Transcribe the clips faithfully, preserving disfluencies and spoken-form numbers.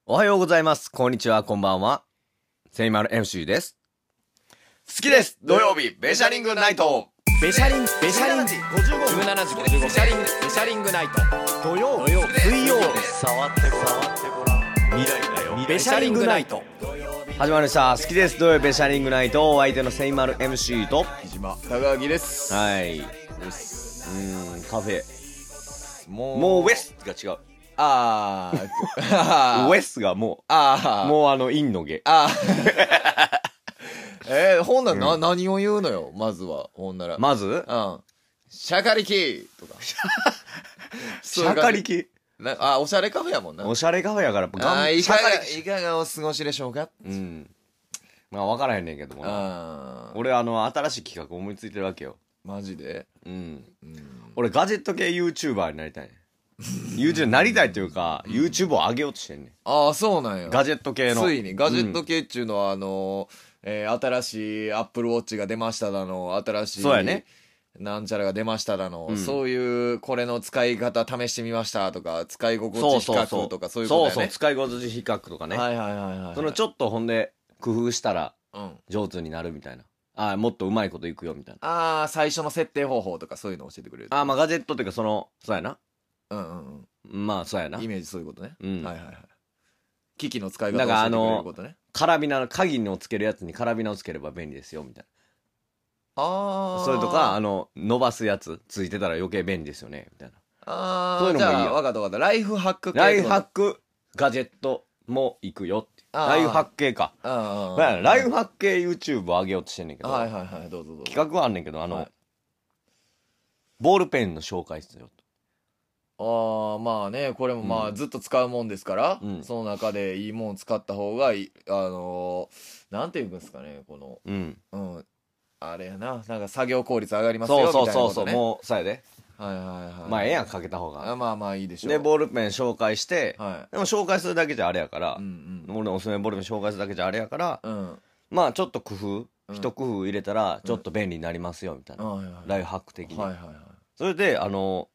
おはようございます。こんにちは、こんばんは。セイマル エムシー です。好きです。土曜日、ベシャリングナイト。 ベシャリン、ベシャリン、 じゅうななじごじゅうごベシャリング、ベシャリングナイト。 土曜、 土曜、水曜、 触ってごらん触ってごらん未来だよ。 ベシャリングナイト。 始まりました。好きです。土曜日、ベシャリングナイト。お相手のセイマル エムシー と。 木島高木です。 はい。うーん、カフェ。もう、もうウェスが違う。 あウェスがもう、 あもうあの、インのゲ。 あえー、ほんならな、うん、何を言うのよ、まずは。ほんなら。 まずうん。シャカリキとか。 シャカリキなあ、おしゃれカフェやもんな。 おしゃれカフェやから、 ガンあいかが、いかがお過ごしでしょうか。 うん。まあ、わからへんねんけどもな。俺、あの、新しい企画思いついてるわけよ。 マジでうん。うん、俺、ガジェット系 YouTuber になりたいね。YouTube になりたいというか、うん、YouTube を上げようとしてんねん。 ああ、そうなんや。 ガジェット系の。 ついに、ガジェット系っちゅうのは、あのー、えー、新しい Apple Watch が出ましただの、新しい。 そうやね。 なんちゃらが出ましただの、 うん、 そういうこれの使い方試してみましたとか、使い心地比較とか、そういうことだよね。 そうそう、使い心地比較とかね。 はいはいはいはい。 そのちょっとほんで工夫したら上手になるみたいな。ああ、もっとうまいこといくよみたいな。 ああ、最初の設定方法とかそういうの教えてくれる。 ああ、まあガジェットっていうかその、そうやな。 うんうんうん。まあそうやな。 イメージそういうことね。 うん。 はいはいはい。機器の使い方を教えてくれることね。 カラビナの鍵のつけるやつにカラビナをつければ便利ですよみたいな。 ああ。 それとか、あの、伸ばすやつついてたら余計便利ですよねみたいな。 ああ。そういうのもいいよ。じゃあ、わかったわかった。ライフハック系。 ライフハックガジェットもいくよって。ライフハック系か。 ああ。ライフハック系 YouTube を上げようとしてんねんけど。 はいはいはい、どうぞどうぞ。 企画はあんねんけど、あの、はい、ボールペンの紹介室よ。 ああ、まあね、これもまあずっと使うもんですから、うん、その中でいいもん使った方がいい、あのー、なんていうんですかね、この、 うん。 うん。あれやな、なんか作業効率上がりますよ、みたいなことね。 そうそうそう、もう、さやで。 はいはいはい。 まあ、ええやん、かけた方が。 あまあまあいいでしょう。 で、ボールペン紹介して、 はい、 でも紹介するだけじゃあれやから、 うんうん、 俺のおすすめボールペン紹介するだけじゃあれやから、 うん、 まあ、ちょっと工夫、うん、一工夫入れたら、ちょっと便利になりますよ、みたいな。うん、ライフハック的に。 はいはいはい。 それで、あの、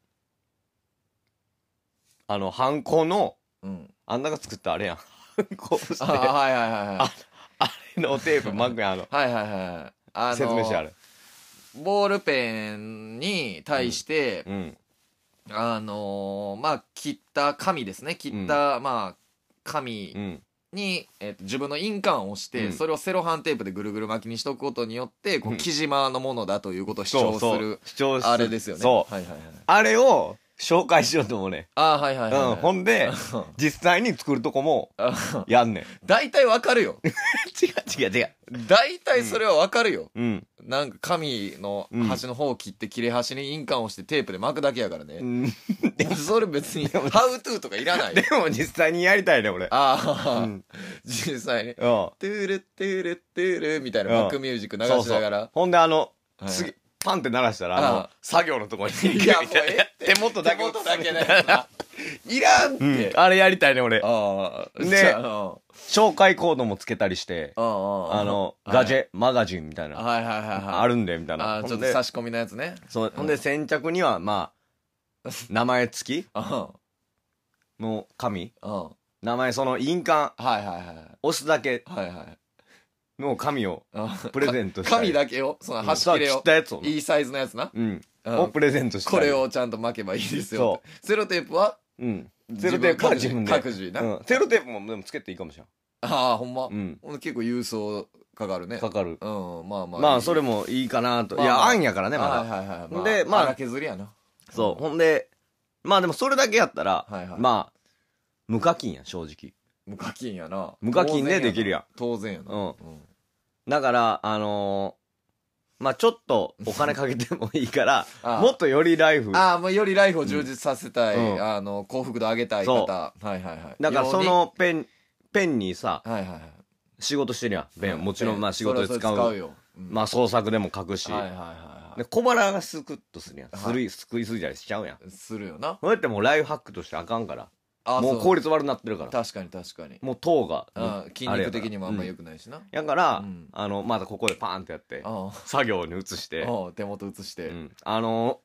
あの、ハンコの、うん、あんなが作ったあれやん。ハンコして。あ、 はいはいはいはい。 あ, あれのテープ巻くやん、あの。 はいはいはい。あのー、 説明してある。 ボールペンに対して、 うん、 うん、あのー、まあ、切った紙ですね。切った、うん、まあ、紙に、えーと、自分の印鑑を押して、うん、それをセロハンテープでぐるぐる巻きにしとくことによって、こう、木島のものだということを主張する。 主張する。 あれですよね。 そう。 はいはいはい。 あれを、紹介しようと思うね。 ああ、はいはいはい、はい。 うん。ほんで、実際に作るとこも、やんねん。 大体わかるよ。 違う違う違う。 大体それはわかるよ。 うん。 なんか紙の端の方を切って切れ端に印鑑をしてテープで巻くだけやからね。うん。それ別に、ハウトゥーとかいらない。 でも実際にやりたいね、俺。 ああ、うん、実際ね。トゥルトゥルトゥルみたいなバックミュージック流しながら。そうそうほんであの、次、パンって鳴らしたら、あの、作業のとこに行くみたいな。手元だけ。 手元だけね。いらんって、 うん。あれやりたいね、俺。 ああ。 で、紹介コードもつけたりして、あの、ガジェ、マガジンみたいな。 はいはいはいはい。 あるんで、みたいな。 あちょっと差し込みのやつね。 そう。ほんで、先着には、まあ、名前付きの紙名前、その印鑑。 はいはいはい。 押すだけ。 はいはい。 の紙をプレゼントした紙だけをその端切れを、 切ったやつをいいサイズのやつな、 うんをプレゼントしたこれをちゃんと巻けばいいですよ。セロテープはうんセロテープは自分で各自な、 セロテープもでもつけていいかもしれん。 ああほんま、結構郵送かかるね。 かかる。 うんまあまあまあそれもいいかなと。いや案やからねまだ。 はいはいはい。 でまあ荒削りやな。 そうほんでまあでもそれだけやったらまあ無課金や正直。 無課金やな。 無課金でできるやん。 当然やな。うんだから、あのー、まあちょっとお金かけてもいいから、もっとよりライフ。 ああ、もうよりライフを充実させたい、うん、あの、幸福度上げたい方。はいはいはい。 だからそのペン、ペンにさ、 はいはいはい、 仕事してるやん。ペン。もちろんまあ仕事で使う。 それそれ使うよ。 うん、まあ創作でも書くし。 はいはいはい。 で小腹がスクッとするやん。するい、すくいすぎたりしちゃうやん。 するよな。 そうやってもうライフハックとしてあかんから。もう効率悪なってるから。 確かに確かに。 もう糖が。 筋肉的にもあんま良くないしな。 やから、あの、まだここでパーンってやって、作業に移して。 手元移して。 あの、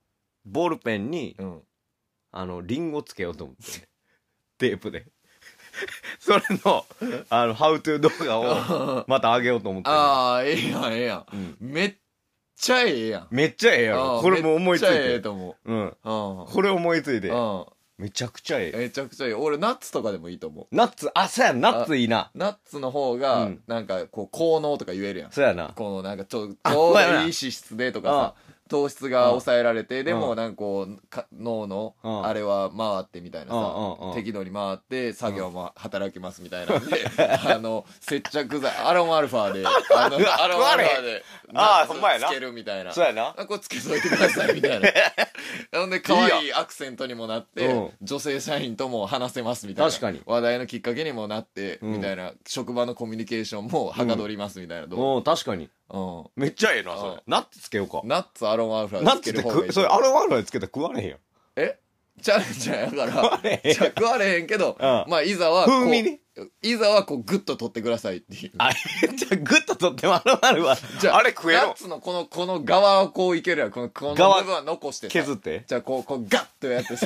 ボールペンに、あの、リンゴつけようと思って。テープで。 それのあのハウトゥー動画をまた上げようと思ってる。 ああ、ええやん、ええやん。 うん、 めっちゃええやん。 めっちゃええやろ。これも思いついて。めっちゃえええと思う。うん。これ思いついて。めちゃくちゃええ。 めちゃくちゃええ。俺、ナッツとかでもいいと思う。 ナッツ、あ、そうやん、ナッツいいな。 ナッツの方が、なんか、こう、効能とか言えるやん。 そうやな。 この、なんか、ちょ、ちょうどいい脂質でとかさ、糖質が抑えられて、でもなんかこう脳のあれは回ってみたいなさ、適度に回って作業も働きますみたいなんで、あの接着剤アロンアルファであのアロンアルファでナッツつけるみたいな、 そうやな、 これつけといてくださいみたいな。なので可愛いアクセントにもなって女性社員とも話せますみたいな、確かに話題のきっかけにもなってみたいな、職場のコミュニケーションもはかどりますみたいな。 どう？確かに。うん、めっちゃええなそれ。ナッツつけようか。 ナッツアロンアルファでつける方がいい。 それアロンアルファでつけたら食われへんやん。 えちゃうちゃうやからじゃ食われへんけど、まあいざは風味にいざはこうグッと取ってくださいっていう。 あじゃあグッと取ってもアロンアルファじゃああれ食えろ。 ナッツのこのこの側をこういけるやん。このこの部分は残して削って、 じゃあこうこうガッとやってさ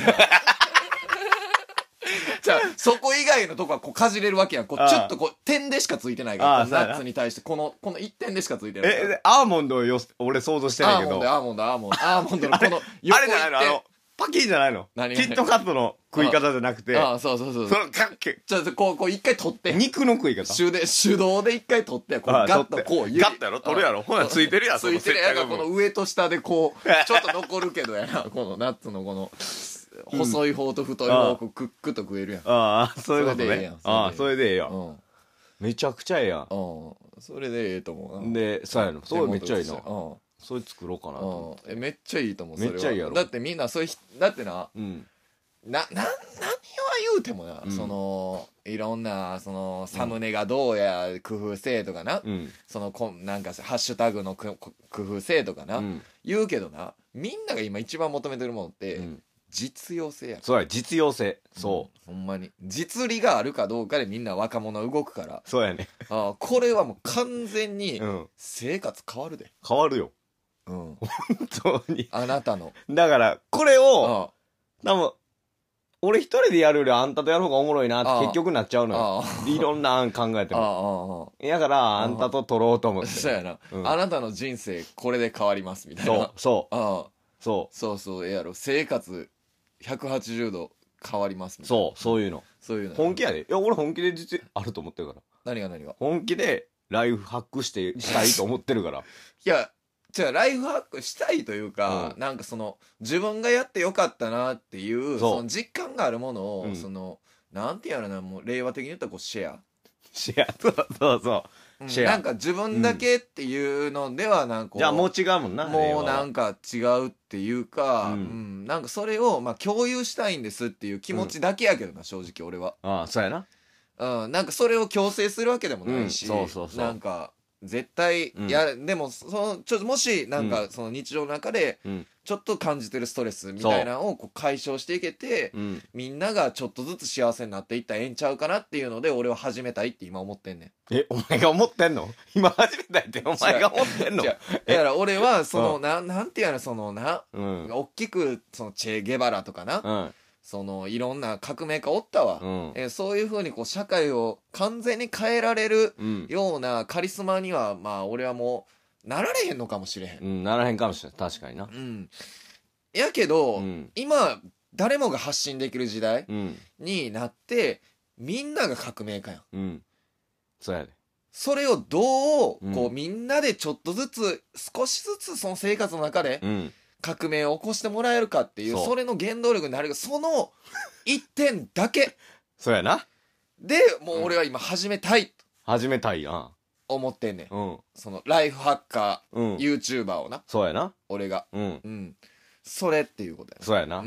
じゃあそこ以外のとこはこうかじれるわけやん。こうちょっとこう点でしかついてないから、ナッツに対してこのこの一点でしかついてない。 えアーモンドをよ俺想像してないけど。 アーモンドアーモンドアーモンドアーモンドのこの横あれじゃないの、あのパキーじゃないの。何キットカットの食い方じゃなくて、 ああそうそうそう、 そのガッケじゃあこうこう一回取って、 肉の食い方手で手動で一回取って、こうガッとこうガッとやろ、取るやろ。ほらついてるやん。 ついてるやん。この上と下でこうちょっと残るけどやな、このナッツのこの細い方と太い方をクックと食えるやん。 ああそういうことね。ああそれでええやん。めちゃくちゃええやん。 それでええと思うな。 でそうやの、それめっちゃいいな。それ作ろうかなと。 えめっちゃいいと思う。 めっちゃいいやろ。 だってみんなそういうだってな、なな何は言うてもな、そのいろんなそのサムネがどうや工夫せえとかな、そのこなんかハッシュタグの工夫せえとかな言うけどな、みんなが今一番求めてるものって実用性や。 そうや、実用性。そう、 ほんまに実利があるかどうかでみんな若者動くから。 そうやね。 あこれはもう完全に生活変わるで。 変わるよ。 うん、 本当に。 あなたのだからこれを多分俺一人でやるよりあんたとやる方がおもろいなって結局なっちゃうのよ。いろんな案考えても。だからあんたと撮ろうと思って。 そうやな、あなたの人生これで変わりますみたいな。 そうそうそうそうそう、ええやろ。生活ひゃくはちじゅうど変わりますみたいな。 そうそういうの、 そういうの本気やで。いや俺本気で実あると思ってるから。 何が何が本気でライフハックしてしたいと思ってるから。 いやじゃあライフハックしたいというか、うん、なんかその自分がやってよかったなっていうその実感があるものを、うん、そのなんていうのな、もう令和的に言ったらこうシェアシェアそうそうそう、 うん、シェアなんか自分だけっていうのではなんか、うん、 じゃあもう違うもんな。 もうなんか違うっていうか、うんうん、なんかそれをまあ共有したいんですっていう気持ちだけやけどな、うん、正直俺は。 ああそうやな。 うん、なんかそれを強制するわけでもないし、 うん、そうそうそう、 なんか絶対や、うん、でもそのちょっともしなんかその日常の中でちょっと感じてるストレスみたいなのをこう解消していけて、うん、みんながちょっとずつ幸せになっていったらええんちゃうかなっていうので俺は始めたいって今思ってんねん。えお前が思ってんの？今始めたいってお前が思ってんの？だから俺はその、うん、ななんていうのそのな、うん、大きくそのチェ・ゲバラとかな、うんそのいろんな革命家おったわ、うん、えそういうふうにこう社会を完全に変えられるようなカリスマには、まあ俺はもうなられへんのかもしれへん、 うん、ならへんかもしれん。確かにな、 うん、やけど、うん、今誰もが発信できる時代になって、うん、みんなが革命家やん、 うん、そうやで。 それをどう、こう、うん、みんなでちょっとずつ少しずつその生活の中で、うん革命を起こしてもらえるかっていう、 そ, それの原動力になるその一点だけそうやな。 でもう俺は今始めたい、うん、 始めたいな思ってんねん、うん、そのライフハッカー、うん、YouTuber をな。 そうやな俺がうん、うん、それっていうことやな。 そうやな、うん、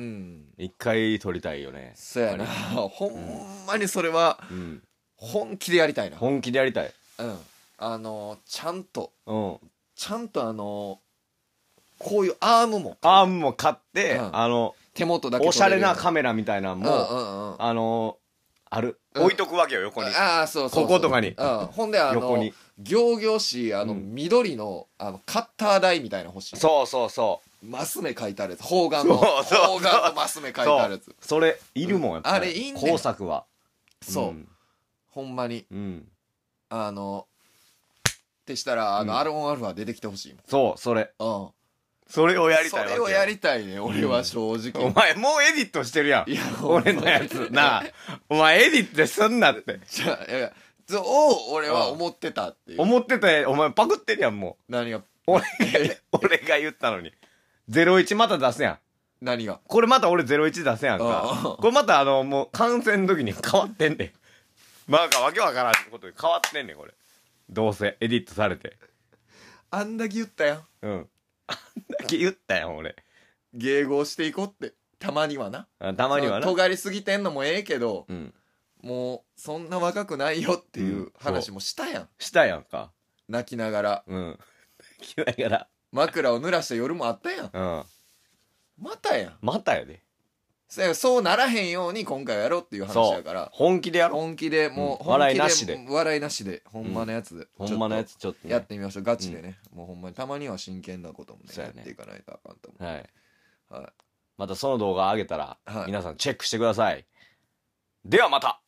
一回撮りたいよね。 そうやなほんまにそれは、うん、本気でやりたいな。 本気でやりたい。 うんあのちゃんと、うん、ちゃんとあのこういうアームもアームも買って、うん、あの手元だけおしゃれなカメラみたいなのも、うんうんうん、あのある、うん、置いとくわけよ横に。 ああそうそうそうこことかに、 うん、ほんであの横に行々しいあの、うん、緑のあのカッター台みたいなの欲しい。 そうそうそうマス目書いてあるやつ。方眼の方眼のマス目書いてあるやつ。 それいるもんやっぱり、 あれいいんねん工作は。 そう、うん、 ほんまにうんあのってしたらあの、 うんアロンアルファ出てきてほしいそうそれもんうんそれをやりたいわけよそれをやりたいね俺は正直、 お前もうエディットしてるやんいや俺のやつなあお前エディットすんなってじゃあいやそう俺は思ってたっていう思ってたお前パクってるやんも何がう俺が俺が言ったのにゼロいちまた出すやん何がこれまた俺ゼロいち出すやんうんかこれまたあのもう観戦の時に変わってんねんなんかわけわからんってことで変わってんねんこれどうせエディットされてあんだけ言ったやんうんあんだけ言ったやん俺迎合していこうってたまにはなあたまにはな尖りすぎてんのもええけど、 うんもうそんな若くないよっていう話もしたやん、 したやんか泣きながらうん泣きながら枕を濡らした夜もあったやんうんまたやんまたやでそやそうならへんように今回はやろうっていう話やから本気でやろ本気でもう、 うん笑いなしで本気笑いなしでほんまのやつで、 ほんまのやつちょっとねやってみましょうガチでね、もうほんまにたまには真剣なこともねそうやねやっていかないとあかんと思はい、 う、はいまたその動画上げたら、 はい皆さんチェックしてください。ではまた。